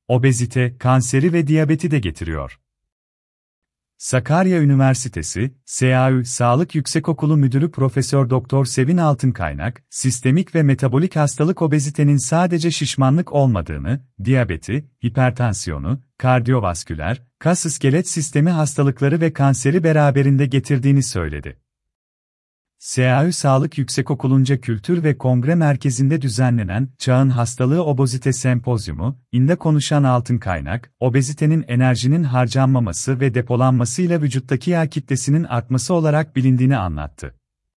obezite, kanseri ve diyabeti de getiriyor. Sakarya Üniversitesi, SAÜ Sağlık Yüksekokulu Müdürü Profesör Doktor Sevin Altınkaynak, sistemik ve metabolik hastalık obezitenin sadece şişmanlık olmadığını, diyabeti, hipertansiyonu, kardiyovasküler, kas-iskelet sistemi hastalıkları ve kanseri beraberinde getirdiğini söyledi. SAÜ Sağlık Yüksekokulu'nca Kültür ve Kongre Merkezi'nde düzenlenen Çağın Hastalığı Obezite Sempozyumu, inde konuşan Altınkaynak, obezitenin enerjinin harcanmaması ve depolanmasıyla vücuttaki yağ kitlesinin artması olarak bilindiğini anlattı.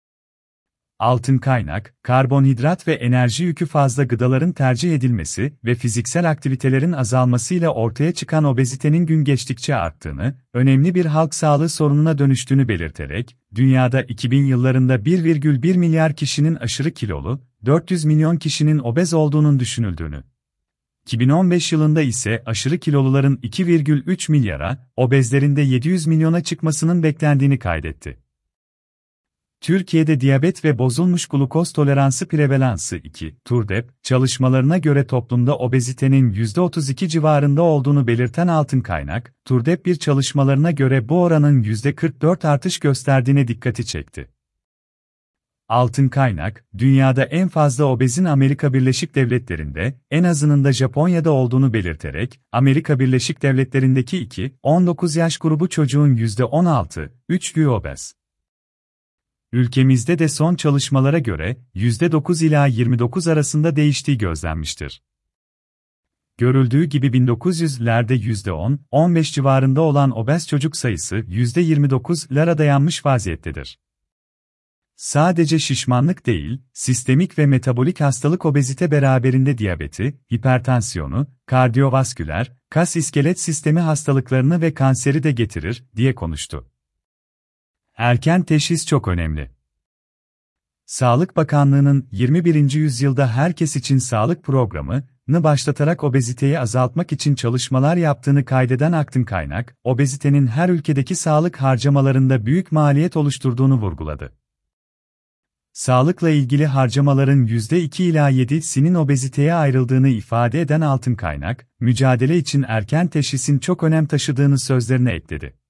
Altınkaynak, karbonhidrat ve enerji yükü fazla gıdaların tercih edilmesi ve fiziksel aktivitelerin azalmasıyla ortaya çıkan obezitenin gün geçtikçe arttığını, önemli bir halk sağlığı sorununa dönüştüğünü belirterek, dünyada 2000 yıllarında 1,1 milyar kişinin aşırı kilolu, 400 milyon kişinin obez olduğunun düşünüldüğünü, 2015 yılında ise aşırı kiloluların 2,3 milyara, obezlerin de 700 milyona çıkmasının beklendiğini kaydetti. Türkiye'de diyabet ve bozulmuş glukoz toleransı prevalansı 2, TURDEP, çalışmalarına göre toplumda obezitenin %32 civarında olduğunu belirten Altınkaynak, TURDEP bir çalışmalarına göre bu oranın %44 artış gösterdiğine dikkati çekti. Altınkaynak, dünyada en fazla obezin Amerika Birleşik Devletleri'nde, en azının da Japonya'da olduğunu belirterek, Amerika Birleşik Devletleri'ndeki 2-19 yaş grubu çocuğun %16,3'ü obez. Ülkemizde de son çalışmalara göre, %9 ila 29 arasında değiştiği gözlenmiştir. Görüldüğü gibi 1900'lerde %10-15 civarında olan obez çocuk sayısı %29'lara dayanmış vaziyettedir. Sadece şişmanlık değil, sistemik ve metabolik hastalık obezite beraberinde diyabeti, hipertansiyonu, kardiyovasküler, kas-iskelet sistemi hastalıklarını ve kanseri de getirir, diye konuştu. Erken teşhis çok önemli. Sağlık Bakanlığı'nın 21. yüzyılda herkes için sağlık programı'nı başlatarak obeziteyi azaltmak için çalışmalar yaptığını kaydeden Altınkaynak, obezitenin her ülkedeki sağlık harcamalarında büyük maliyet oluşturduğunu vurguladı. Sağlıkla ilgili harcamaların %2 ila 7'sinin obeziteye ayrıldığını ifade eden Altınkaynak, mücadele için erken teşhisin çok önem taşıdığını sözlerine ekledi.